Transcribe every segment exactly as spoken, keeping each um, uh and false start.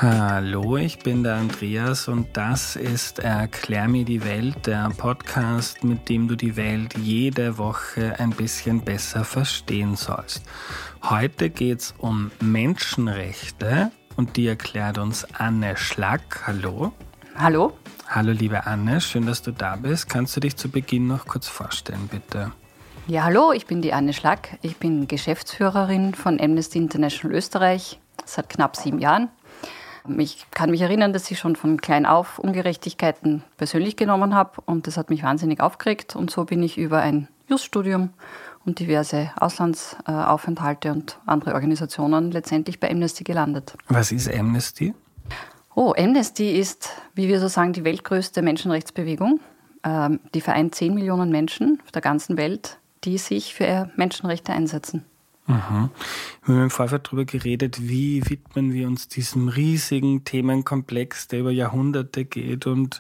Hallo, ich bin der Andreas und das ist Erklär mir die Welt, der Podcast, mit dem du die Welt jede Woche ein bisschen besser verstehen sollst. Heute geht es um Menschenrechte und die erklärt uns Anne Schlack. Hallo. Hallo. Hallo liebe Anne, schön, dass du da bist. Kannst du dich zu Beginn noch kurz vorstellen, bitte? Ja, hallo, ich bin die Anne Schlack. Ich bin Geschäftsführerin von Amnesty International Österreich seit knapp sieben Jahren. Ich kann mich erinnern, dass ich schon von klein auf Ungerechtigkeiten persönlich genommen habe und das hat mich wahnsinnig aufgeregt und so bin ich über ein Just-Studium und diverse Auslandsaufenthalte und andere Organisationen letztendlich bei Amnesty gelandet. Was ist Amnesty? Oh, Amnesty ist, wie wir so sagen, die weltgrößte Menschenrechtsbewegung. Die vereint zehn Millionen Menschen auf der ganzen Welt, die sich für Menschenrechte einsetzen. Mhm. Wir haben im Vorfeld darüber geredet, wie widmen wir uns diesem riesigen Themenkomplex, der über Jahrhunderte geht und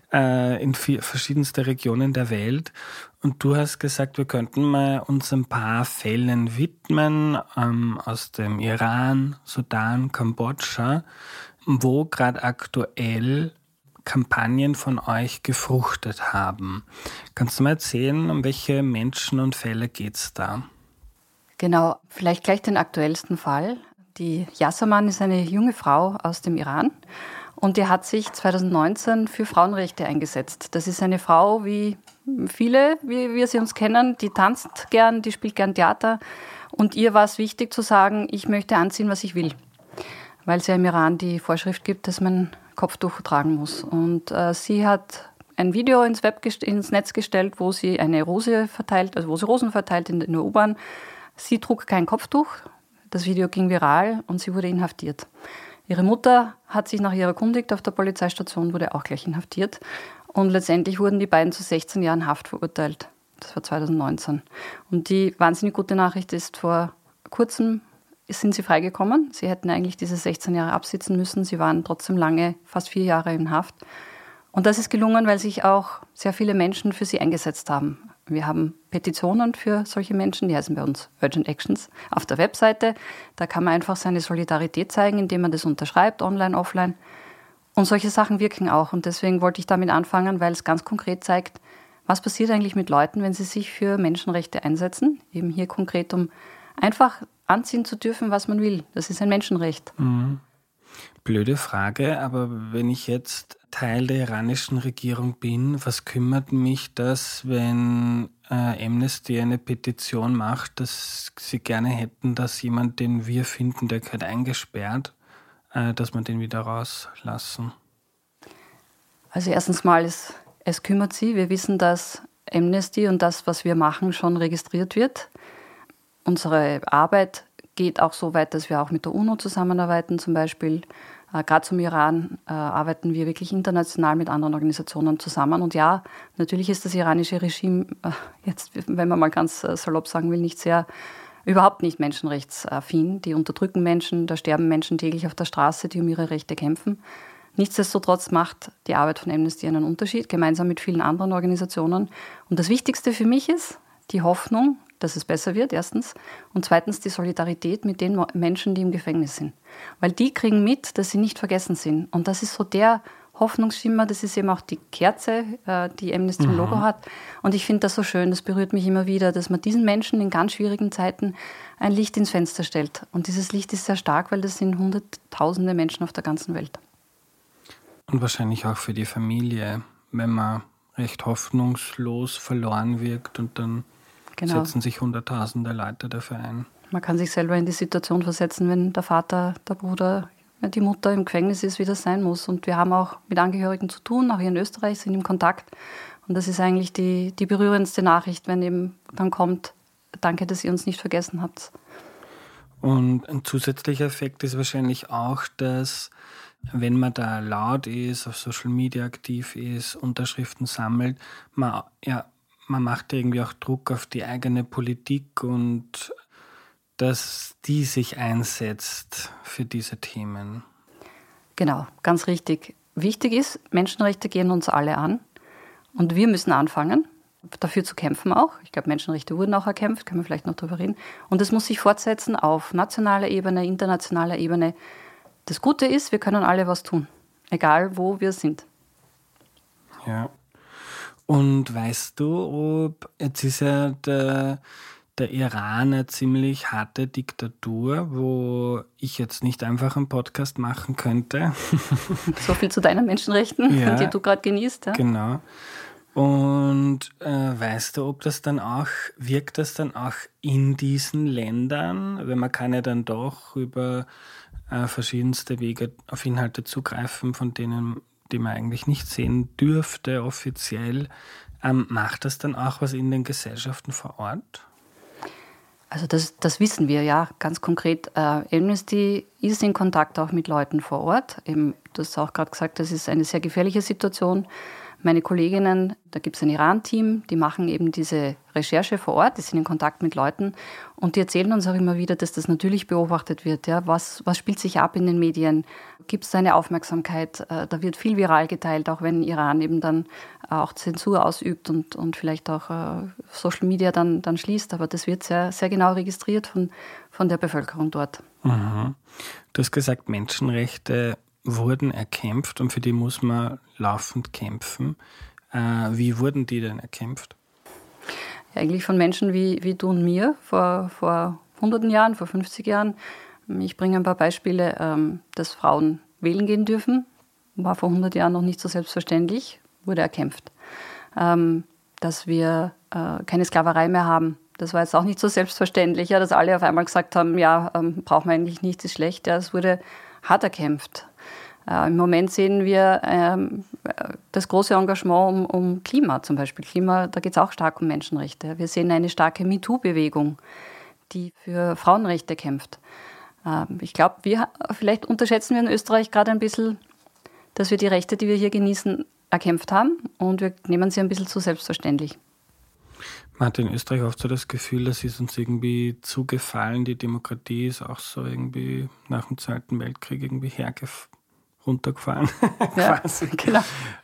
äh, in vier, verschiedenste Regionen der Welt. Und du hast gesagt, wir könnten mal uns ein paar Fällen widmen ähm, aus dem Iran, Sudan, Kambodscha, wo gerade aktuell Kampagnen von euch gefruchtet haben. Kannst du mal erzählen, um welche Menschen und Fälle geht es da? Genau, vielleicht gleich den aktuellsten Fall. Die Yasaman ist eine junge Frau aus dem Iran und die hat sich zwanzig neunzehn für Frauenrechte eingesetzt. Das ist eine Frau wie viele, wie wir sie uns kennen, die tanzt gern, die spielt gern Theater und ihr war es wichtig zu sagen, ich möchte anziehen, was ich will, weil es ja im Iran die Vorschrift gibt, dass man Kopftuch tragen muss. Und äh, sie hat ein Video ins Web gest- ins Netz gestellt, wo sie eine Rose verteilt, also wo sie Rosen verteilt in der U-Bahn. Sie trug kein Kopftuch, das Video ging viral und sie wurde inhaftiert. Ihre Mutter hat sich nach ihr erkundigt auf der Polizeistation, wurde auch gleich inhaftiert. Und letztendlich wurden die beiden zu sechzehn Jahren Haft verurteilt. Das war zwanzig neunzehn. Und die wahnsinnig gute Nachricht ist, vor kurzem sind sie freigekommen. Sie hätten eigentlich diese sechzehn Jahre absitzen müssen. Sie waren trotzdem lange, fast vier Jahre in Haft. Und das ist gelungen, weil sich auch sehr viele Menschen für sie eingesetzt haben. Wir haben Petitionen für solche Menschen, die heißen bei uns Urgent Actions, auf der Webseite. Da kann man einfach seine Solidarität zeigen, indem man das unterschreibt, online, offline. Und solche Sachen wirken auch. Und deswegen wollte ich damit anfangen, weil es ganz konkret zeigt, was passiert eigentlich mit Leuten, wenn sie sich für Menschenrechte einsetzen. Eben hier konkret, um einfach anziehen zu dürfen, was man will. Das ist ein Menschenrecht. Mhm. Blöde Frage, aber wenn ich jetzt Teil der iranischen Regierung bin, was kümmert mich das, wenn äh, Amnesty eine Petition macht, dass sie gerne hätten, dass jemand, den wir finden, der gehört eingesperrt, äh, dass wir den wieder rauslassen? Also erstens mal, es, es kümmert sie. Wir wissen, dass Amnesty und das, was wir machen, schon registriert wird. Unsere Arbeit geht auch so weit, dass wir auch mit der UNO zusammenarbeiten zum Beispiel. Äh, Gerade zum Iran äh, arbeiten wir wirklich international mit anderen Organisationen zusammen. Und ja, natürlich ist das iranische Regime, äh, jetzt, wenn man mal ganz äh, salopp sagen will, nicht sehr, überhaupt nicht menschenrechtsaffin. Die unterdrücken Menschen, da sterben Menschen täglich auf der Straße, die um ihre Rechte kämpfen. Nichtsdestotrotz macht die Arbeit von Amnesty einen Unterschied, gemeinsam mit vielen anderen Organisationen. Und das Wichtigste für mich ist die Hoffnung, dass es besser wird, erstens. Und zweitens die Solidarität mit den Menschen, die im Gefängnis sind. Weil die kriegen mit, dass sie nicht vergessen sind. Und das ist so der Hoffnungsschimmer, das ist eben auch die Kerze, die Amnesty im Logo hat. Und ich finde das so schön, das berührt mich immer wieder, dass man diesen Menschen in ganz schwierigen Zeiten ein Licht ins Fenster stellt. Und dieses Licht ist sehr stark, weil das sind hunderttausende Menschen auf der ganzen Welt. Und wahrscheinlich auch für die Familie, wenn man recht hoffnungslos verloren wirkt und dann Genau. setzen sich hunderttausende Leute dafür ein. Man kann sich selber in die Situation versetzen, wenn der Vater, der Bruder, die Mutter im Gefängnis ist, wie das sein muss. Und wir haben auch mit Angehörigen zu tun, auch hier in Österreich, sind im Kontakt. Und das ist eigentlich die, die berührendste Nachricht, wenn eben dann kommt, danke, dass ihr uns nicht vergessen habt. Und ein zusätzlicher Effekt ist wahrscheinlich auch, dass wenn man da laut ist, auf Social Media aktiv ist, Unterschriften sammelt, man ja Man macht irgendwie auch Druck auf die eigene Politik und dass die sich einsetzt für diese Themen. Genau, ganz richtig. Wichtig ist, Menschenrechte gehen uns alle an und wir müssen anfangen, dafür zu kämpfen auch. Ich glaube, Menschenrechte wurden auch erkämpft, können wir vielleicht noch drüber reden. Und es muss sich fortsetzen auf nationaler Ebene, internationaler Ebene. das Gute ist, wir können alle was tun, egal wo wir sind. Ja. Und weißt du, ob, jetzt ist ja der, der Iran eine ziemlich harte Diktatur, wo ich jetzt nicht einfach einen Podcast machen könnte. So viel zu deinen Menschenrechten, ja, die du gerade genießt. Ja? Genau. Und äh, weißt du, ob das dann auch, wirkt das dann auch in diesen Ländern, weil man kann ja dann doch über äh, verschiedenste Wege auf Inhalte zugreifen, von denen die man eigentlich nicht sehen dürfte offiziell. Ähm, macht das dann auch was in den Gesellschaften vor Ort? Also das, das wissen wir ja ganz konkret. Äh, Amnesty ist in Kontakt auch mit Leuten vor Ort. Eben, du hast auch gerade gesagt, das ist eine sehr gefährliche Situation. Meine Kolleginnen, da gibt es ein Iran-Team, die machen eben diese Recherche vor Ort, die sind in Kontakt mit Leuten und die erzählen uns auch immer wieder, dass das natürlich beobachtet wird. Ja, was, was spielt sich ab in den Medien? Gibt es da eine Aufmerksamkeit? Da wird viel viral geteilt, auch wenn Iran eben dann auch Zensur ausübt und, und vielleicht auch äh, Social Media dann, dann schließt. Aber das wird sehr, sehr genau registriert von, von der Bevölkerung dort. Mhm. Du hast gesagt, Menschenrechte wurden erkämpft und für die muss man laufend kämpfen. Äh, wie wurden die denn erkämpft? Ja, eigentlich von Menschen wie, wie du und mir vor, vor hunderten Jahren, vor fünfzig Jahren. Ich bringe ein paar Beispiele, ähm, dass Frauen wählen gehen dürfen. War vor hundert Jahren noch nicht so selbstverständlich, wurde erkämpft. Ähm, dass wir äh, keine Sklaverei mehr haben. Das war jetzt auch nicht so selbstverständlich, ja, dass alle auf einmal gesagt haben, ja, ähm, braucht man eigentlich nicht, ist schlecht. Ja, es wurde hart erkämpft. Äh, Im Moment sehen wir ähm, das große Engagement um, um Klima zum Beispiel. Klima, da geht es auch stark um Menschenrechte. Wir sehen eine starke MeToo-Bewegung, die für Frauenrechte kämpft. Ähm, ich glaube, wir vielleicht unterschätzen wir in Österreich gerade ein bisschen, dass wir die Rechte, die wir hier genießen, erkämpft haben und wir nehmen sie ein bisschen zu selbstverständlich. Man hat in Österreich oft so das Gefühl, das ist uns irgendwie zugefallen. Die Demokratie ist auch so irgendwie nach dem Zweiten Weltkrieg irgendwie hergef- runtergefahren. Ja, quasi. Genau.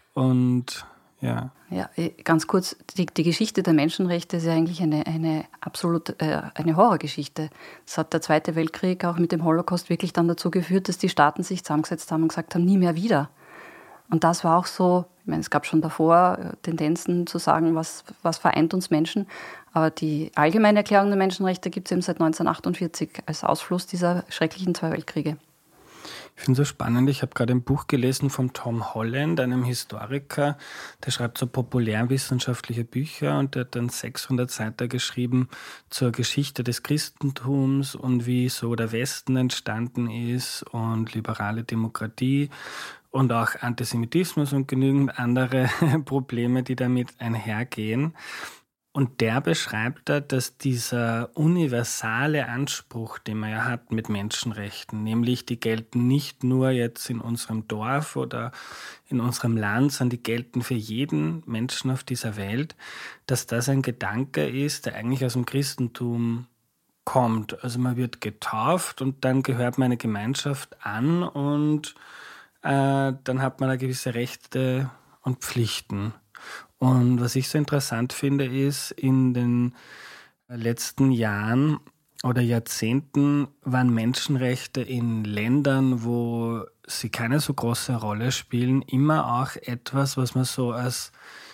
Und ja. Ja, ganz kurz, die, die Geschichte der Menschenrechte ist ja eigentlich eine, eine absolut äh, eine Horrorgeschichte. Das hat der Zweite Weltkrieg auch mit dem Holocaust wirklich dann dazu geführt, dass die Staaten sich zusammengesetzt haben und gesagt haben, nie mehr wieder. Und das war auch so, ich meine, es gab schon davor Tendenzen zu sagen, was, was vereint uns Menschen. Aber die Allgemeine Erklärung der Menschenrechte gibt es eben seit neunzehnhundertachtundvierzig als Ausfluss dieser schrecklichen zwei Weltkriege. Ich finde es so spannend, ich habe gerade ein Buch gelesen von Tom Holland, einem Historiker, der schreibt so populärwissenschaftliche Bücher und der hat dann sechshundert Seiten geschrieben zur Geschichte des Christentums und wie so der Westen entstanden ist und liberale Demokratie und auch Antisemitismus und genügend andere Probleme, die damit einhergehen. Und der beschreibt da, dass dieser universale Anspruch, den man ja hat mit Menschenrechten, nämlich die gelten nicht nur jetzt in unserem Dorf oder in unserem Land, sondern die gelten für jeden Menschen auf dieser Welt, dass das ein Gedanke ist, der eigentlich aus dem Christentum kommt. Also man wird getauft und dann gehört man einer Gemeinschaft an und äh, dann hat man da gewisse Rechte und Pflichten. Und was ich so interessant finde, ist, in den letzten Jahren oder Jahrzehnten waren Menschenrechte in Ländern, wo sie keine so große Rolle spielen, immer auch etwas, was man so als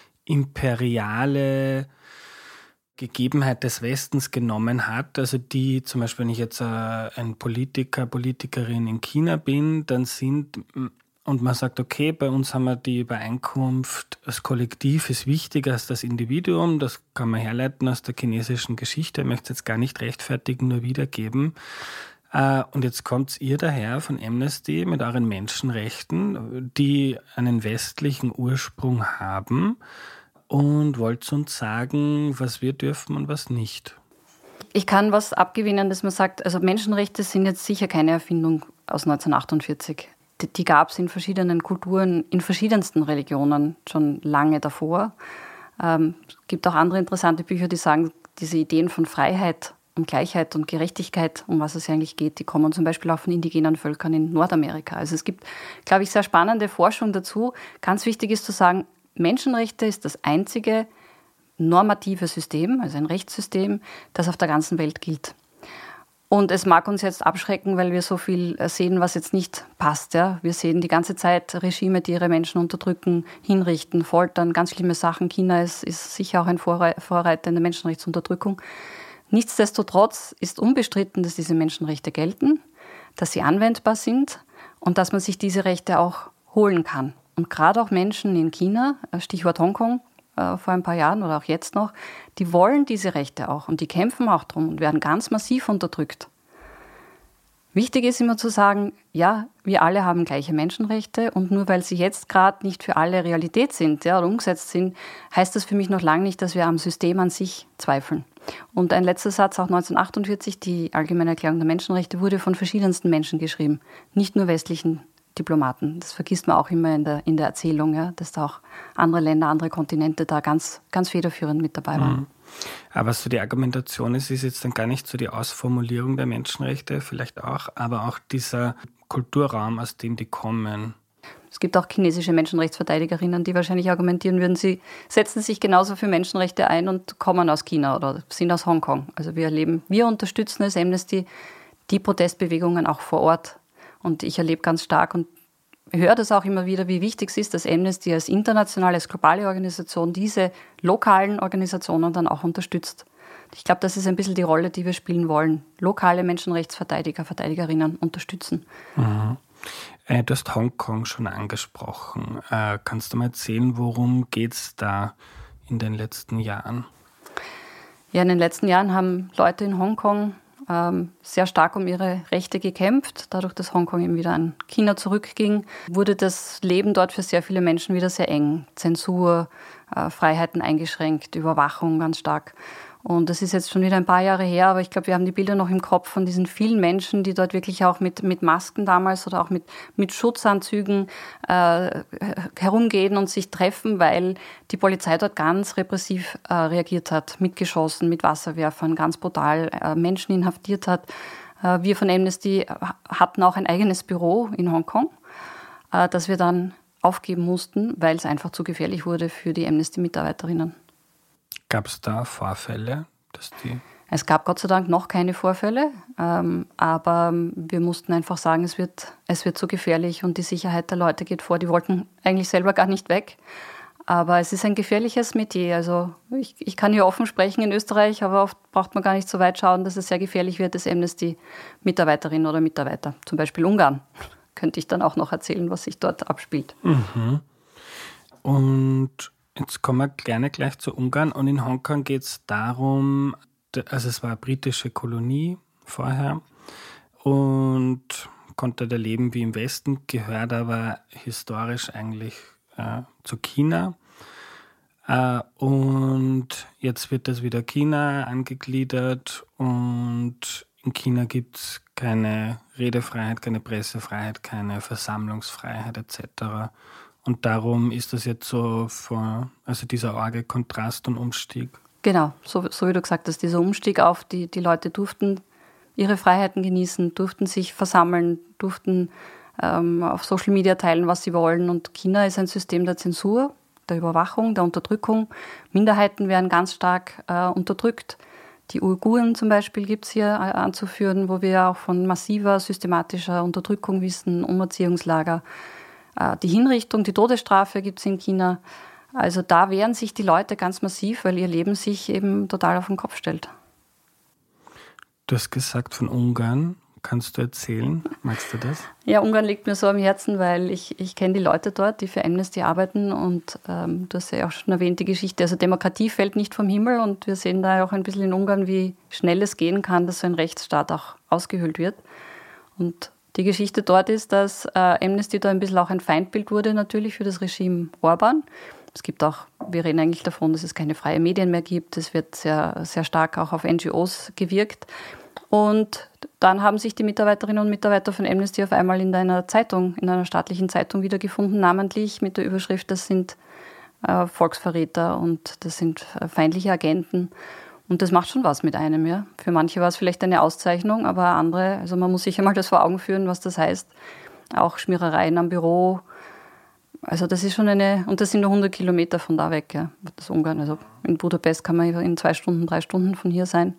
imperiale Gegebenheit des Westens genommen hat. Also die, zum Beispiel, wenn ich jetzt ein Politiker, Politikerin in China bin, dann sind... Und man sagt, okay, bei uns haben wir die Übereinkunft, das Kollektiv ist wichtiger als das Individuum. Das kann man herleiten aus der chinesischen Geschichte. Ich möchte es jetzt gar nicht rechtfertigen, nur wiedergeben. Und jetzt kommt ihr daher von Amnesty mit euren Menschenrechten, die einen westlichen Ursprung haben und wollt uns sagen, was wir dürfen und was nicht. Ich kann was abgewinnen, dass man sagt, also Menschenrechte sind jetzt sicher keine Erfindung aus neunzehnhundertachtundvierzig. Die gab es in verschiedenen Kulturen, in verschiedensten Religionen schon lange davor. Ähm, es gibt auch andere interessante Bücher, die sagen, diese Ideen von Freiheit und Gleichheit und Gerechtigkeit, um was es eigentlich geht, die kommen zum Beispiel auch von indigenen Völkern in Nordamerika. Also es gibt, glaube ich, sehr spannende Forschung dazu. Ganz wichtig ist zu sagen, Menschenrechte ist das einzige normative System, also ein Rechtssystem, das auf der ganzen Welt gilt. Und es mag uns jetzt abschrecken, weil wir so viel sehen, was jetzt nicht passt. Ja? Wir sehen die ganze Zeit Regime, die ihre Menschen unterdrücken, hinrichten, foltern, ganz schlimme Sachen. China ist, ist sicher auch ein Vorreiter in der Menschenrechtsunterdrückung. Nichtsdestotrotz ist unbestritten, dass diese Menschenrechte gelten, dass sie anwendbar sind und dass man sich diese Rechte auch holen kann. Und gerade auch Menschen in China, Stichwort Hongkong, äh, vor ein paar Jahren oder auch jetzt noch, die wollen diese Rechte auch und die kämpfen auch drum und werden ganz massiv unterdrückt. Wichtig ist immer zu sagen, ja, wir alle haben gleiche Menschenrechte und nur weil sie jetzt gerade nicht für alle Realität sind, ja, oder umgesetzt sind, heißt das für mich noch lange nicht, dass wir am System an sich zweifeln. Und ein letzter Satz, auch neunzehnhundertachtundvierzig, die Allgemeine Erklärung der Menschenrechte wurde von verschiedensten Menschen geschrieben, nicht nur westlichen Diplomaten. Das vergisst man auch immer in der, in der Erzählung, ja, dass da auch andere Länder, andere Kontinente da ganz, ganz federführend mit dabei waren. Mhm. Aber so die Argumentation ist, ist jetzt dann gar nicht so die Ausformulierung der Menschenrechte, vielleicht auch, aber auch dieser Kulturraum, aus dem die kommen. Es gibt auch chinesische Menschenrechtsverteidigerinnen, die wahrscheinlich argumentieren würden, sie setzen sich genauso für Menschenrechte ein und kommen aus China oder sind aus Hongkong. Also wir erleben, wir unterstützen als Amnesty die Protestbewegungen auch vor Ort. Und ich erlebe ganz stark und höre das auch immer wieder, wie wichtig es ist, dass Amnesty als internationale, als globale Organisation diese lokalen Organisationen dann auch unterstützt. Ich glaube, das ist ein bisschen die Rolle, die wir spielen wollen. Lokale Menschenrechtsverteidiger, Verteidigerinnen unterstützen. Mhm. Äh, du hast Hongkong schon angesprochen. Äh, kannst du mal erzählen, worum geht es da in den letzten Jahren? Ja, in den letzten Jahren haben Leute in Hongkong sehr stark um ihre Rechte gekämpft. Dadurch, dass Hongkong eben wieder an China zurückging, wurde das Leben dort für sehr viele Menschen wieder sehr eng. Zensur, Freiheiten eingeschränkt, Überwachung ganz stark. Und das ist jetzt schon wieder ein paar Jahre her, aber ich glaube, wir haben die Bilder noch im Kopf von diesen vielen Menschen, die dort wirklich auch mit, mit Masken damals oder auch mit, mit Schutzanzügen äh, herumgehen und sich treffen, weil die Polizei dort ganz repressiv äh, reagiert hat, mit Geschossen, mit Wasserwerfern, ganz brutal äh, Menschen inhaftiert hat. Äh, wir von Amnesty hatten auch ein eigenes Büro in Hongkong, äh, das wir dann aufgeben mussten, weil es einfach zu gefährlich wurde für die Amnesty-Mitarbeiterinnen. Gab es da Vorfälle, dass die... Es gab Gott sei Dank noch keine Vorfälle, ähm, aber wir mussten einfach sagen, es wird, es wird zu gefährlich und die Sicherheit der Leute geht vor. Die wollten eigentlich selber gar nicht weg, aber es ist ein gefährliches Metier. Also ich, ich kann hier offen sprechen in Österreich, aber oft braucht man gar nicht so weit schauen, dass es sehr gefährlich wird, als Amnesty-Mitarbeiterin oder Mitarbeiter. Zum Beispiel Ungarn. Könnte ich dann auch noch erzählen, was sich dort abspielt. Mhm. Und... Jetzt kommen wir gerne gleich zu Ungarn und in Hongkong geht es darum, also es war eine britische Kolonie vorher und konnte da leben wie im Westen, gehört aber historisch eigentlich äh, zu China äh, und jetzt wird das wieder China angegliedert und in China gibt es keine Redefreiheit, keine Pressefreiheit, keine Versammlungsfreiheit et cetera. Und darum ist das jetzt so, vor, also dieser arge Kontrast und Umstieg. Genau, so, so wie du gesagt hast, dieser Umstieg auf, die, die Leute durften ihre Freiheiten genießen, durften sich versammeln, durften ähm, auf Social Media teilen, was sie wollen. Und China ist ein System der Zensur, der Überwachung, der Unterdrückung. Minderheiten werden ganz stark äh, unterdrückt. Die Uiguren zum Beispiel gibt es hier äh, anzuführen, wo wir auch von massiver, systematischer Unterdrückung wissen, Umerziehungslager. Die Hinrichtung, die Todesstrafe gibt es in China. Also da wehren sich die Leute ganz massiv, weil ihr Leben sich eben total auf den Kopf stellt. Du hast gesagt von Ungarn. Kannst du erzählen? Magst du das? Ja, Ungarn liegt mir so am Herzen, weil ich, ich kenne die Leute dort, die für Amnesty arbeiten. Und ähm, du hast ja auch schon erwähnt, die Geschichte. Also Demokratie fällt nicht vom Himmel. Und wir sehen da auch ein bisschen in Ungarn, wie schnell es gehen kann, dass so ein Rechtsstaat auch ausgehöhlt wird. Und die Geschichte dort ist, dass äh, Amnesty da ein bisschen auch ein Feindbild wurde natürlich für das Regime Orban. Es gibt auch, wir reden eigentlich davon, dass es keine freien Medien mehr gibt. Es wird sehr, sehr stark auch auf N G Os gewirkt. Und dann haben sich die Mitarbeiterinnen und Mitarbeiter von Amnesty auf einmal in einer Zeitung, in einer staatlichen Zeitung wiedergefunden, namentlich mit der Überschrift, das sind äh, Volksverräter und das sind äh, feindliche Agenten. Und das macht schon was mit einem, ja. Für manche war es vielleicht eine Auszeichnung, aber andere, also man muss sich einmal das vor Augen führen, was das heißt. Auch Schmierereien am Büro. Also das ist schon eine, und das sind nur hundert Kilometer von da weg, ja, das Ungarn. Also in Budapest kann man in zwei Stunden, drei Stunden von hier sein.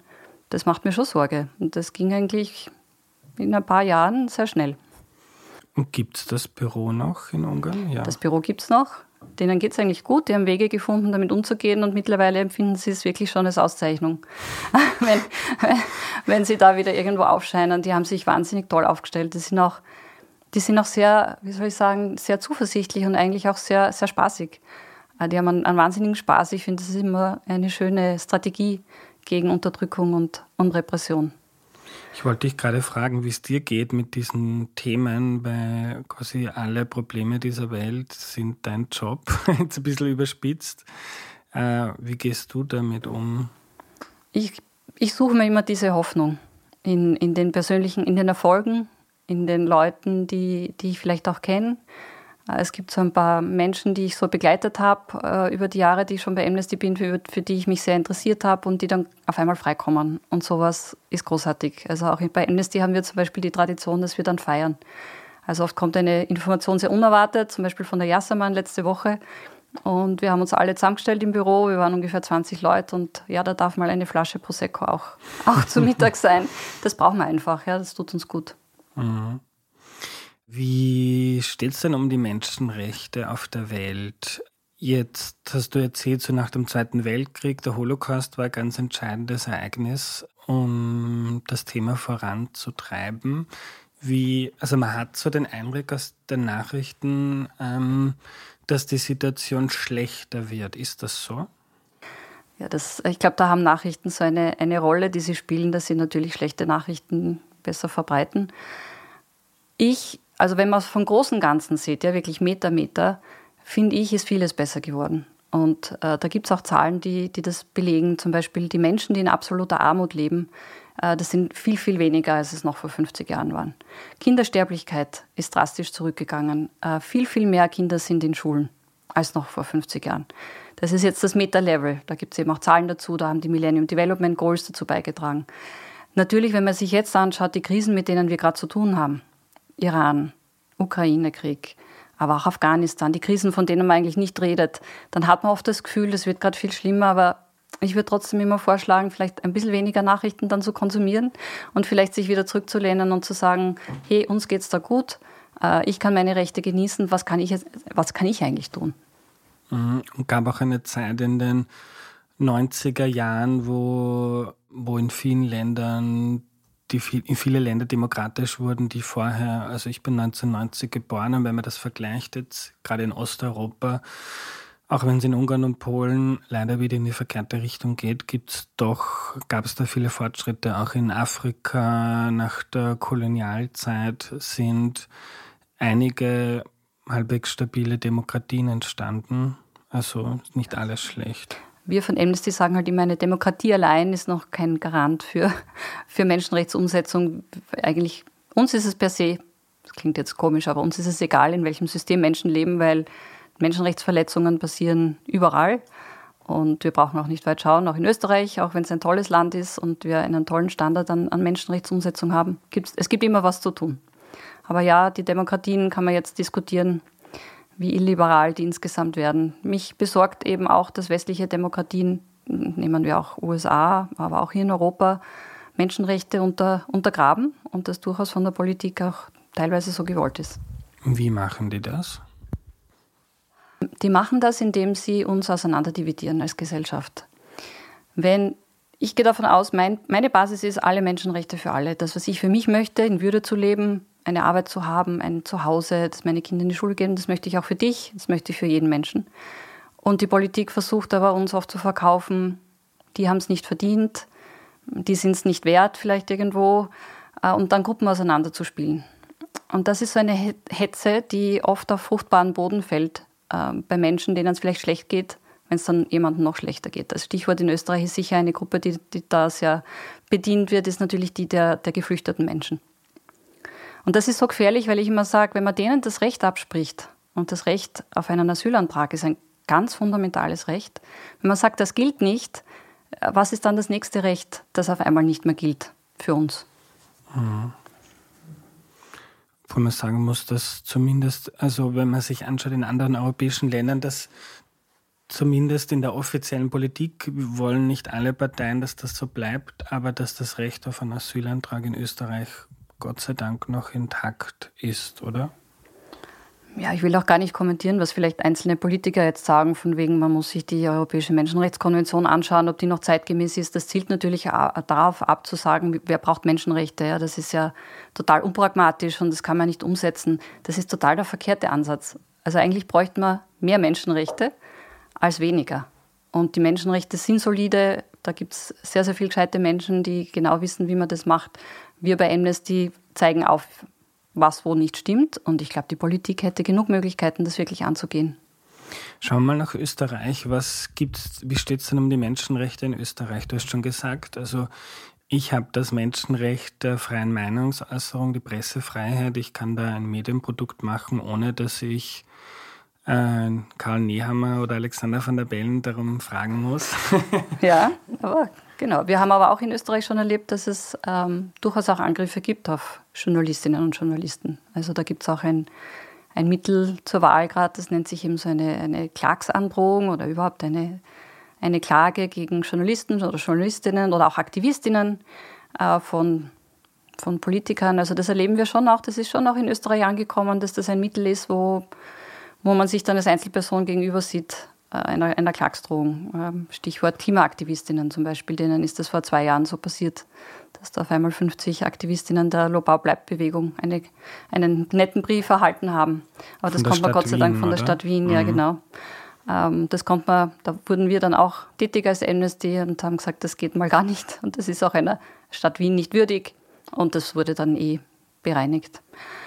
das macht mir schon Sorge. Und das ging eigentlich in ein paar Jahren sehr schnell. Und gibt es das Büro noch in Ungarn? Ja. Das Büro gibt es noch. Denen geht es eigentlich gut. Die haben Wege gefunden, damit umzugehen. Und mittlerweile empfinden sie es wirklich schon als Auszeichnung, wenn, wenn sie da wieder irgendwo aufscheinen. Die haben sich wahnsinnig toll aufgestellt. Die sind auch, die sind auch sehr, wie soll ich sagen, sehr zuversichtlich und eigentlich auch sehr, sehr spaßig. Die haben einen, einen wahnsinnigen Spaß. Ich finde, das ist immer eine schöne Strategie gegen Unterdrückung und, und Repression. Ich wollte dich gerade fragen, wie es dir geht mit diesen Themen, weil quasi alle Probleme dieser Welt sind dein Job, jetzt ein bisschen überspitzt. Äh, wie gehst du damit um? Ich, ich suche mir immer diese Hoffnung in, in den persönlichen, in den Erfolgen, in den Leuten, die, die ich vielleicht auch kenne. Es gibt so ein paar Menschen, die ich so begleitet habe äh, über die Jahre, die ich schon bei Amnesty bin, für, für die ich mich sehr interessiert habe und die dann auf einmal freikommen. Und sowas ist großartig. Also auch bei Amnesty haben wir zum Beispiel die Tradition, dass wir dann feiern. Also oft kommt eine Information sehr unerwartet, zum Beispiel von der Yassaman letzte Woche. Und wir haben uns alle zusammengestellt im Büro, wir waren ungefähr zwanzig Leute und ja, da darf mal eine Flasche Prosecco auch, auch zu Mittag sein. Das brauchen wir einfach, ja, das tut uns gut. Mhm. Wie steht es denn um die Menschenrechte auf der Welt? Jetzt hast du erzählt, so nach dem Zweiten Weltkrieg, der Holocaust war ein ganz entscheidendes Ereignis, um das Thema voranzutreiben. Wie, also man hat so den Eindruck aus den Nachrichten, ähm, dass die Situation schlechter wird. Ist das so? Ja, das, ich glaube, da haben Nachrichten so eine, eine Rolle, die sie spielen, dass sie natürlich schlechte Nachrichten besser verbreiten. Ich, also wenn man es vom großen Ganzen sieht, ja wirklich Meter, Meter, finde ich, ist vieles besser geworden. Und äh, da gibt es auch Zahlen, die, die das belegen. Zum Beispiel die Menschen, die in absoluter Armut leben, äh, das sind viel, viel weniger, als es noch vor fünfzig Jahren waren. Kindersterblichkeit ist drastisch zurückgegangen. Äh, viel, viel mehr Kinder sind in Schulen als noch vor fünfzig Jahren. Das ist jetzt das Meta-Level. Da gibt es eben auch Zahlen dazu. Da haben die Millennium Development Goals dazu beigetragen. Natürlich, wenn man sich jetzt anschaut, die Krisen, mit denen wir gerade zu tun haben, Iran, Ukraine-Krieg, aber auch Afghanistan, die Krisen, von denen man eigentlich nicht redet, dann hat man oft das Gefühl, das wird gerade viel schlimmer, aber ich würde trotzdem immer vorschlagen, vielleicht ein bisschen weniger Nachrichten dann zu konsumieren und vielleicht sich wieder zurückzulehnen und zu sagen, hey, uns geht's da gut, ich kann meine Rechte genießen, was kann ich, jetzt, was kann ich eigentlich tun? Und gab auch eine Zeit in den neunziger Jahren, wo, wo in vielen Ländern die viel, in viele Länder demokratisch wurden, die vorher, also ich bin neunzehnhundertneunzig geboren und wenn man das vergleicht jetzt, gerade in Osteuropa, auch wenn es in Ungarn und Polen leider wieder in die verkehrte Richtung geht, gibt's doch, gab es da viele Fortschritte. Auch in Afrika nach der Kolonialzeit sind einige halbwegs stabile Demokratien entstanden. Also nicht alles schlecht. Wir von Amnesty sagen halt immer, eine Demokratie allein ist noch kein Garant für, für Menschenrechtsumsetzung. Eigentlich, uns ist es per se, das klingt jetzt komisch, aber uns ist es egal, in welchem System Menschen leben, weil Menschenrechtsverletzungen passieren überall. Und wir brauchen auch nicht weit schauen, auch in Österreich, auch wenn es ein tolles Land ist und wir einen tollen Standard an, an Menschenrechtsumsetzung haben. Gibt's, es gibt immer was zu tun. Aber ja, die Demokratien kann man jetzt diskutieren, wie illiberal die insgesamt werden. Mich besorgt eben auch, dass westliche Demokratien, nehmen wir auch U S A, aber auch hier in Europa, Menschenrechte unter, untergraben und das durchaus von der Politik auch teilweise so gewollt ist. Wie machen die das? Die machen das, indem sie uns auseinanderdividieren als Gesellschaft. Wenn, ich gehe davon aus, mein, meine Basis ist alle Menschenrechte für alle. Das, was ich für mich möchte, in Würde zu leben, eine Arbeit zu haben, ein Zuhause, dass meine Kinder in die Schule gehen, das möchte ich auch für dich, das möchte ich für jeden Menschen. Und die Politik versucht aber, uns oft zu verkaufen, die haben es nicht verdient, die sind es nicht wert vielleicht irgendwo, und dann Gruppen auseinanderzuspielen. Und das ist so eine Hetze, die oft auf fruchtbaren Boden fällt, äh, bei Menschen, denen es vielleicht schlecht geht, wenn es dann jemandem noch schlechter geht. Das Stichwort in Österreich ist sicher eine Gruppe, die, die da sehr bedient wird, ist natürlich die der, der geflüchteten Menschen. Und das ist so gefährlich, weil ich immer sage, wenn man denen das Recht abspricht, und das Recht auf einen Asylantrag ist ein ganz fundamentales Recht, wenn man sagt, das gilt nicht, was ist dann das nächste Recht, das auf einmal nicht mehr gilt für uns? Mhm. Wo man sagen muss, dass zumindest, also wenn man sich anschaut in anderen europäischen Ländern, dass zumindest in der offiziellen Politik wollen nicht alle Parteien, dass das so bleibt, aber dass das Recht auf einen Asylantrag in Österreich Gott sei Dank noch intakt ist, oder? Ja, ich will auch gar nicht kommentieren, was vielleicht einzelne Politiker jetzt sagen, von wegen, man muss sich die Europäische Menschenrechtskonvention anschauen, ob die noch zeitgemäß ist. Das zielt natürlich darauf ab, zu sagen, wer braucht Menschenrechte. Ja, das ist ja total unpragmatisch und das kann man nicht umsetzen. Das ist total der verkehrte Ansatz. Also eigentlich bräuchte man mehr Menschenrechte als weniger. Und die Menschenrechte sind solide. Da gibt es sehr, sehr viele gescheite Menschen, die genau wissen, wie man das macht. Wir bei Amnesty zeigen auf, was wo nicht stimmt. Und ich glaube, die Politik hätte genug Möglichkeiten, das wirklich anzugehen. Schauen wir mal nach Österreich. Was gibt's, wie steht es denn um die Menschenrechte in Österreich? Du hast schon gesagt, also ich habe das Menschenrecht der freien Meinungsäußerung, die Pressefreiheit. Ich kann da ein Medienprodukt machen, ohne dass ich äh, Karl Nehammer oder Alexander van der Bellen darum fragen muss. Ja, aber genau. Wir haben aber auch in Österreich schon erlebt, dass es ähm, durchaus auch Angriffe gibt auf Journalistinnen und Journalisten. Also da gibt es auch ein, ein Mittel zur Wahl gerade, das nennt sich eben so eine, eine Klagsandrohung oder überhaupt eine, eine Klage gegen Journalisten oder Journalistinnen oder auch Aktivistinnen äh, von, von Politikern. Also das erleben wir schon auch, das ist schon auch in Österreich angekommen, dass das ein Mittel ist, wo, wo man sich dann als Einzelperson gegenüber sieht, Einer, einer Klagsdrohung. Stichwort Klimaaktivistinnen zum Beispiel, denen ist das vor zwei Jahren so passiert, dass da auf einmal fünfzig Aktivistinnen der Lobau-Bleib-Bewegung eine, einen netten Brief erhalten haben. Aber das kommt man Gott sei Dank von der Stadt Wien, ja genau. Das kommt man, da wurden wir dann auch tätig als Amnesty und haben gesagt, das geht mal gar nicht. Und das ist auch einer Stadt Wien nicht würdig. Und das wurde dann eh bereinigt.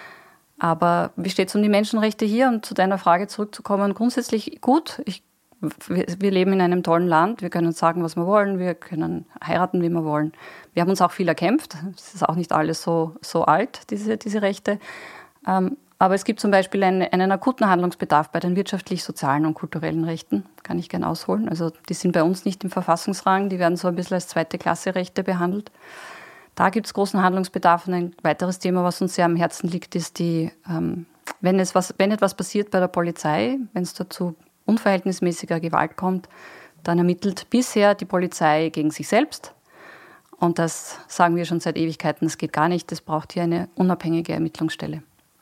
Aber wie steht es um die Menschenrechte hier? Und zu deiner Frage zurückzukommen, grundsätzlich gut. Ich Wir leben in einem tollen Land, wir können sagen, was wir wollen, wir können heiraten, wie wir wollen. Wir haben uns auch viel erkämpft, es ist auch nicht alles so, so alt, diese, diese Rechte. Ähm, aber es gibt zum Beispiel einen, einen akuten Handlungsbedarf bei den wirtschaftlich, sozialen und kulturellen Rechten, kann ich gerne ausholen. Also die sind bei uns nicht im Verfassungsrang, die werden so ein bisschen als zweite Klasse Rechte behandelt. Da gibt es großen Handlungsbedarf. Und ein weiteres Thema, was uns sehr am Herzen liegt, ist die, ähm, wenn, es was, wenn etwas passiert bei der Polizei, wenn es dazu unverhältnismäßiger Gewalt kommt, dann ermittelt bisher die Polizei gegen sich selbst. Und das sagen wir schon seit Ewigkeiten, das geht gar nicht. Es braucht hier eine unabhängige Ermittlungsstelle.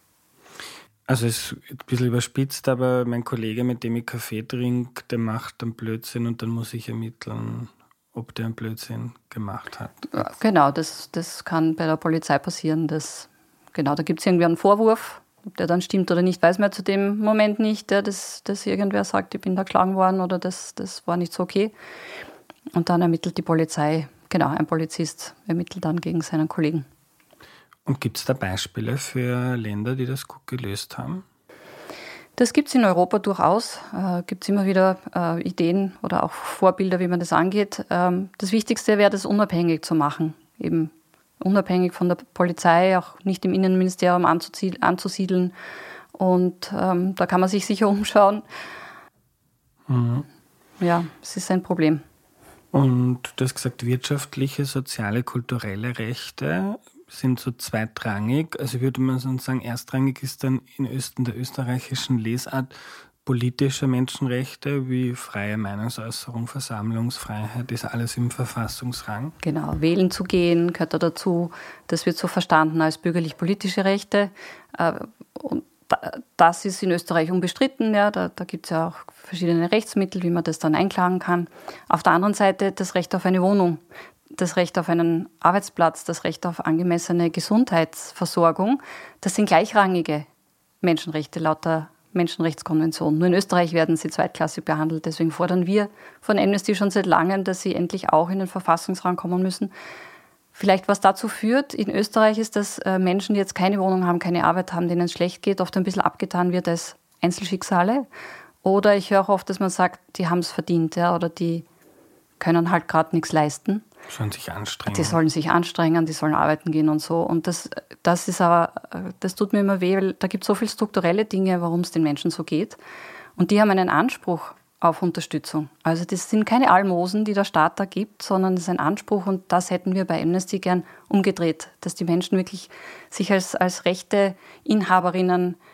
Also es ist ein bisschen überspitzt, aber mein Kollege, mit dem ich Kaffee trinke, der macht einen Blödsinn und dann muss ich ermitteln, ob der einen Blödsinn gemacht hat. Genau, das, das kann bei der Polizei passieren. Dass, genau, da gibt es irgendwie einen Vorwurf. Ob der dann stimmt oder nicht, weiß man zu dem Moment nicht, ja, dass, dass irgendwer sagt, ich bin da geschlagen worden oder das, das war nicht so okay. Und dann ermittelt die Polizei, genau, ein Polizist ermittelt dann gegen seinen Kollegen. Und gibt es da Beispiele für Länder, die das gut gelöst haben? Das gibt es in Europa durchaus. Äh, gibt es immer wieder äh, Ideen oder auch Vorbilder, wie man das angeht. Ähm, das Wichtigste wäre, das unabhängig zu machen, eben unabhängig von der Polizei, auch nicht im Innenministerium anzusiedeln. Und ähm, da kann man sich sicher umschauen. Mhm. Ja, es ist ein Problem. Und du hast gesagt, wirtschaftliche, soziale, kulturelle Rechte sind so zweitrangig. Also würde man sagen, erstrangig ist dann in Östen der österreichischen Lesart politische Menschenrechte wie freie Meinungsäußerung, Versammlungsfreiheit, ist alles im Verfassungsrang. Genau, wählen zu gehen gehört da dazu. Das wird so verstanden als bürgerlich-politische Rechte. Und das ist in Österreich unbestritten. Ja, da da gibt es ja auch verschiedene Rechtsmittel, wie man das dann einklagen kann. Auf der anderen Seite das Recht auf eine Wohnung, das Recht auf einen Arbeitsplatz, das Recht auf angemessene Gesundheitsversorgung. Das sind gleichrangige Menschenrechte laut der Menschenrechtskonvention. Nur in Österreich werden sie zweitklassig behandelt. Deswegen fordern wir von Amnesty schon seit langem, dass sie endlich auch in den Verfassungsrang kommen müssen. Vielleicht was dazu führt, in Österreich ist, dass Menschen, die jetzt keine Wohnung haben, keine Arbeit haben, denen es schlecht geht, oft ein bisschen abgetan wird als Einzelschicksale. Oder ich höre oft, dass man sagt, die haben es verdient, ja, oder die können halt gerade nichts leisten. Die sollen sich anstrengen. Die sollen sich anstrengen, die sollen arbeiten gehen und so. Und das, das ist aber, das tut mir immer weh, weil da gibt es so viele strukturelle Dinge, warum es den Menschen so geht. Und die haben einen Anspruch auf Unterstützung. Also das sind keine Almosen, die der Staat da gibt, sondern das ist ein Anspruch und das hätten wir bei Amnesty gern umgedreht, dass die Menschen wirklich sich als, als Rechteinhaberinnen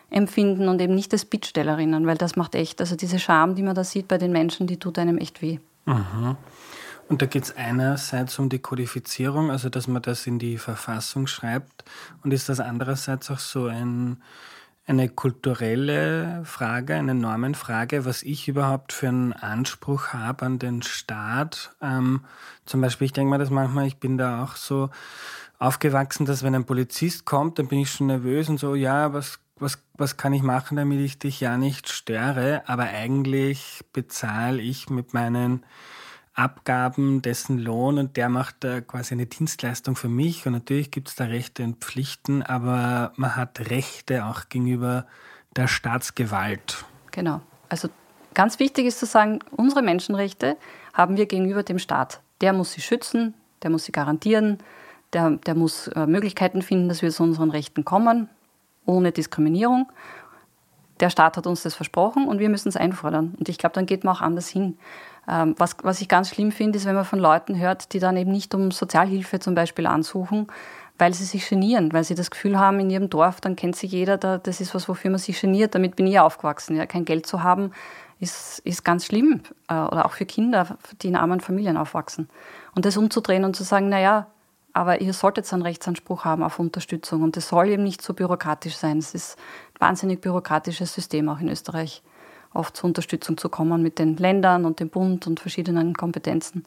empfinden und eben nicht als Bittstellerinnen, weil das macht echt, also diese Scham, die man da sieht bei den Menschen, die tut einem echt weh. Mhm. Und da geht es einerseits um die Kodifizierung, also dass man das in die Verfassung schreibt, und ist das andererseits auch so ein, eine kulturelle Frage, eine Normenfrage, was ich überhaupt für einen Anspruch habe an den Staat. Ähm, zum Beispiel, ich denke mir das manchmal, ich bin da auch so aufgewachsen, dass wenn ein Polizist kommt, dann bin ich schon nervös und so, ja, was, was, was kann ich machen, damit ich dich ja nicht störe, aber eigentlich bezahle ich mit meinen Abgaben dessen Lohn und der macht da quasi eine Dienstleistung für mich, und natürlich gibt es da Rechte und Pflichten, aber man hat Rechte auch gegenüber der Staatsgewalt. Genau. Also ganz wichtig ist zu sagen, unsere Menschenrechte haben wir gegenüber dem Staat. Der muss sie schützen, der muss sie garantieren, der, der muss äh, Möglichkeiten finden, dass wir zu unseren Rechten kommen, ohne Diskriminierung. Der Staat hat uns das versprochen und wir müssen es einfordern. Und ich glaube, dann geht man auch anders hin. Ähm, was, was ich ganz schlimm finde, ist, wenn man von Leuten hört, die dann eben nicht um Sozialhilfe zum Beispiel ansuchen, weil sie sich genieren, weil sie das Gefühl haben, in ihrem Dorf, dann kennt sich jeder, da, das ist was, wofür man sich geniert. Damit bin ich ja aufgewachsen. Ja. Kein Geld zu haben, ist, ist ganz schlimm. Äh, oder auch für Kinder, die in armen Familien aufwachsen. Und das umzudrehen und zu sagen, naja, aber ihr solltet einen Rechtsanspruch haben auf Unterstützung. Und das soll eben nicht so bürokratisch sein. Es ist ein wahnsinnig bürokratisches System auch in Österreich, oft zur Unterstützung zu kommen mit den Ländern und dem Bund und verschiedenen Kompetenzen.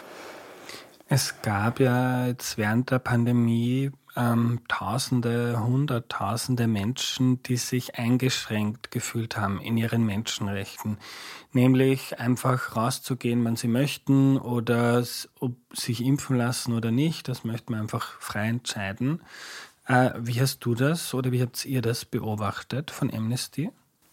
Es gab ja jetzt während der Pandemie ähm, Tausende, Hunderttausende Menschen, die sich eingeschränkt gefühlt haben in ihren Menschenrechten. Nämlich einfach rauszugehen, wann sie möchten, oder ob sich impfen lassen oder nicht. Das möchte man einfach frei entscheiden. Äh, wie hast du das oder wie habt ihr das beobachtet von Amnesty?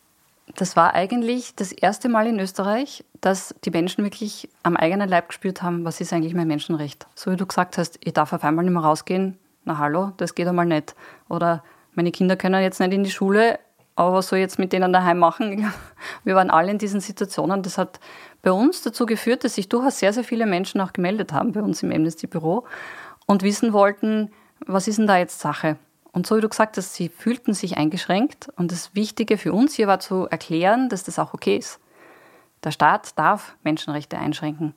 Das war eigentlich das erste Mal in Österreich, dass die Menschen wirklich am eigenen Leib gespürt haben, was ist eigentlich mein Menschenrecht. So wie du gesagt hast, ich darf auf einmal nicht mehr rausgehen. Na hallo, das geht einmal nicht. Oder meine Kinder können jetzt nicht in die Schule, aber was soll ich jetzt mit denen daheim machen? Wir waren alle in diesen Situationen. Das hat bei uns dazu geführt, dass sich durchaus sehr, sehr viele Menschen auch gemeldet haben bei uns im Amnesty-Büro und wissen wollten, was ist denn da jetzt Sache? Und so wie du gesagt hast, sie fühlten sich eingeschränkt. Und das Wichtige für uns hier war zu erklären, dass das auch okay ist. Der Staat darf Menschenrechte einschränken.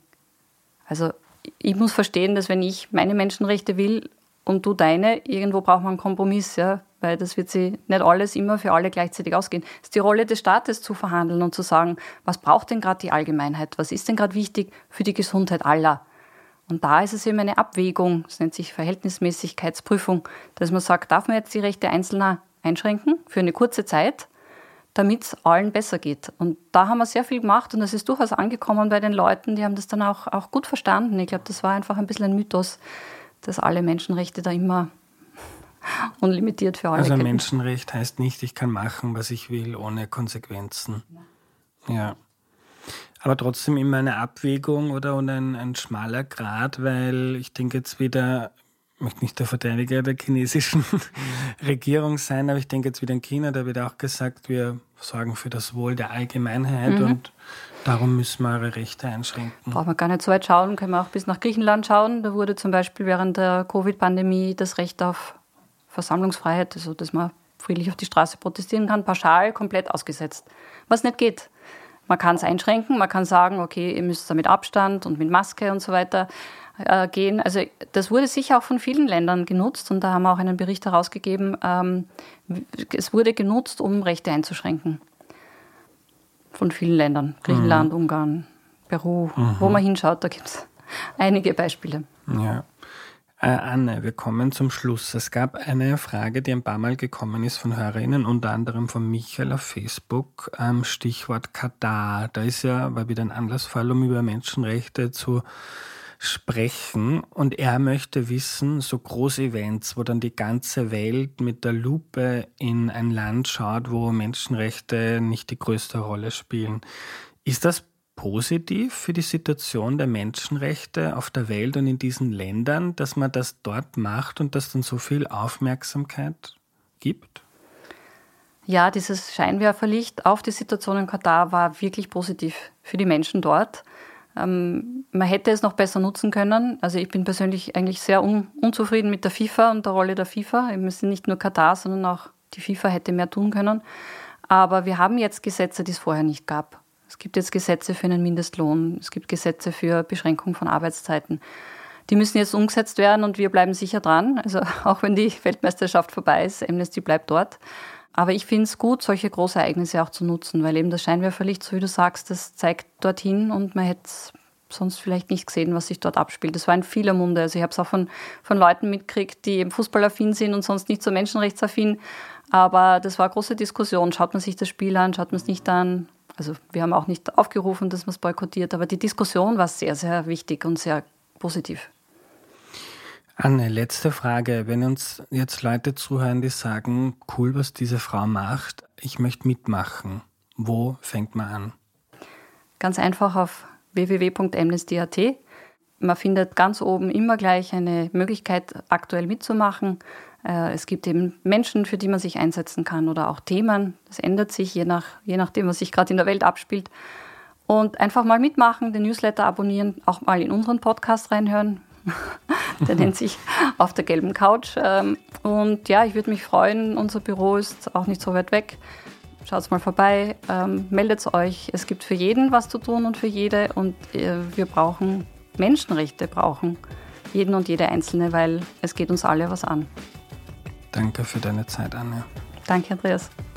Also ich muss verstehen, dass wenn ich meine Menschenrechte will und du deine, irgendwo braucht man einen Kompromiss, ja, weil das wird sich nicht alles immer für alle gleichzeitig ausgehen. Es ist die Rolle des Staates zu verhandeln und zu sagen, was braucht denn gerade die Allgemeinheit? Was ist denn gerade wichtig für die Gesundheit aller? Und da ist es eben eine Abwägung, das nennt sich Verhältnismäßigkeitsprüfung, dass man sagt, darf man jetzt die Rechte Einzelner einschränken für eine kurze Zeit, damit es allen besser geht. Und da haben wir sehr viel gemacht und das ist durchaus angekommen bei den Leuten, die haben das dann auch, auch gut verstanden. Ich glaube, das war einfach ein bisschen ein Mythos, dass alle Menschenrechte da immer unlimitiert für alle Also ein gelten. Menschenrecht heißt nicht, ich kann machen, was ich will, ohne Konsequenzen. Ja. Aber trotzdem immer eine Abwägung oder und ein, ein schmaler Grat, weil ich denke jetzt wieder, ich möchte nicht der Verteidiger der chinesischen Regierung sein, aber ich denke jetzt wieder in China, da wird auch gesagt, wir sorgen für das Wohl der Allgemeinheit mhm. und darum müssen wir eure Rechte einschränken. Brauchen wir gar nicht so weit schauen, können wir auch bis nach Griechenland schauen. Da wurde zum Beispiel während der Covid-Pandemie das Recht auf Versammlungsfreiheit, also dass man friedlich auf die Straße protestieren kann, pauschal komplett ausgesetzt. Was nicht geht. Man kann es einschränken, man kann sagen, okay, ihr müsst da mit Abstand und mit Maske und so weiter äh, gehen. Also das wurde sicher auch von vielen Ländern genutzt und da haben wir auch einen Bericht herausgegeben, ähm, es wurde genutzt, um Rechte einzuschränken. Von vielen Ländern. Griechenland, mhm. Ungarn, Peru, mhm. wo man hinschaut, da gibt es einige Beispiele. Ja. Äh, Anne, wir kommen zum Schluss. Es gab eine Frage, die ein paar Mal gekommen ist von Hörerinnen, unter anderem von Michael auf Facebook, ähm, Stichwort Katar. Da ist ja, war wieder ein Anlassfall, um über Menschenrechte zu sprechen. Und er möchte wissen, so große Events, wo dann die ganze Welt mit der Lupe in ein Land schaut, wo Menschenrechte nicht die größte Rolle spielen. Ist das positiv für die Situation der Menschenrechte auf der Welt und in diesen Ländern, dass man das dort macht und das dann so viel Aufmerksamkeit gibt? Ja, dieses Scheinwerferlicht auf die Situation in Katar war wirklich positiv für die Menschen dort. Ähm, man hätte es noch besser nutzen können. Also ich bin persönlich eigentlich sehr un- unzufrieden mit der FIFA und der Rolle der FIFA. Wir sind nicht nur Katar, sondern auch Die FIFA hätte mehr tun können. Aber wir haben jetzt Gesetze, die es vorher nicht gab. Es gibt jetzt Gesetze für einen Mindestlohn. Es gibt Gesetze für Beschränkung von Arbeitszeiten. Die müssen jetzt umgesetzt werden und wir bleiben sicher dran. Also auch wenn die Weltmeisterschaft vorbei ist, Amnesty bleibt dort. Aber ich finde es gut, solche Großereignisse auch zu nutzen, weil eben das Scheinwerferlicht, so wie du sagst, das zeigt dorthin und man hätte sonst vielleicht nicht gesehen, was sich dort abspielt. Das war in vieler Munde. Also ich habe es auch von, von Leuten mitgekriegt, die eben fußballaffin sind und sonst nicht so menschenrechtsaffin. Aber das war eine große Diskussion. Schaut man sich das Spiel an, schaut man es nicht an? Also wir haben auch nicht aufgerufen, dass man es boykottiert, aber die Diskussion war sehr, sehr wichtig und sehr positiv. Anne, letzte Frage. Wenn uns jetzt Leute zuhören, die sagen, cool, was diese Frau macht, ich möchte mitmachen, wo fängt man an? Ganz einfach auf w w w punkt amnesty punkt a t. Man findet ganz oben immer gleich eine Möglichkeit, aktuell mitzumachen. Es gibt eben Menschen, für die man sich einsetzen kann oder auch Themen. Das ändert sich, je, nach, je nachdem, was sich gerade in der Welt abspielt. Und einfach mal mitmachen, den Newsletter abonnieren, auch mal in unseren Podcast reinhören. Der nennt sich Auf der gelben Couch. Und ja, ich würde mich freuen, unser Büro ist auch nicht so weit weg. Schaut mal vorbei, ähm, meldet euch. Es gibt für jeden was zu tun und für jede. Und äh, wir brauchen Menschenrechte, brauchen jeden und jede Einzelne, weil es geht uns alle was an. Danke für deine Zeit, Anne. Danke, Andreas.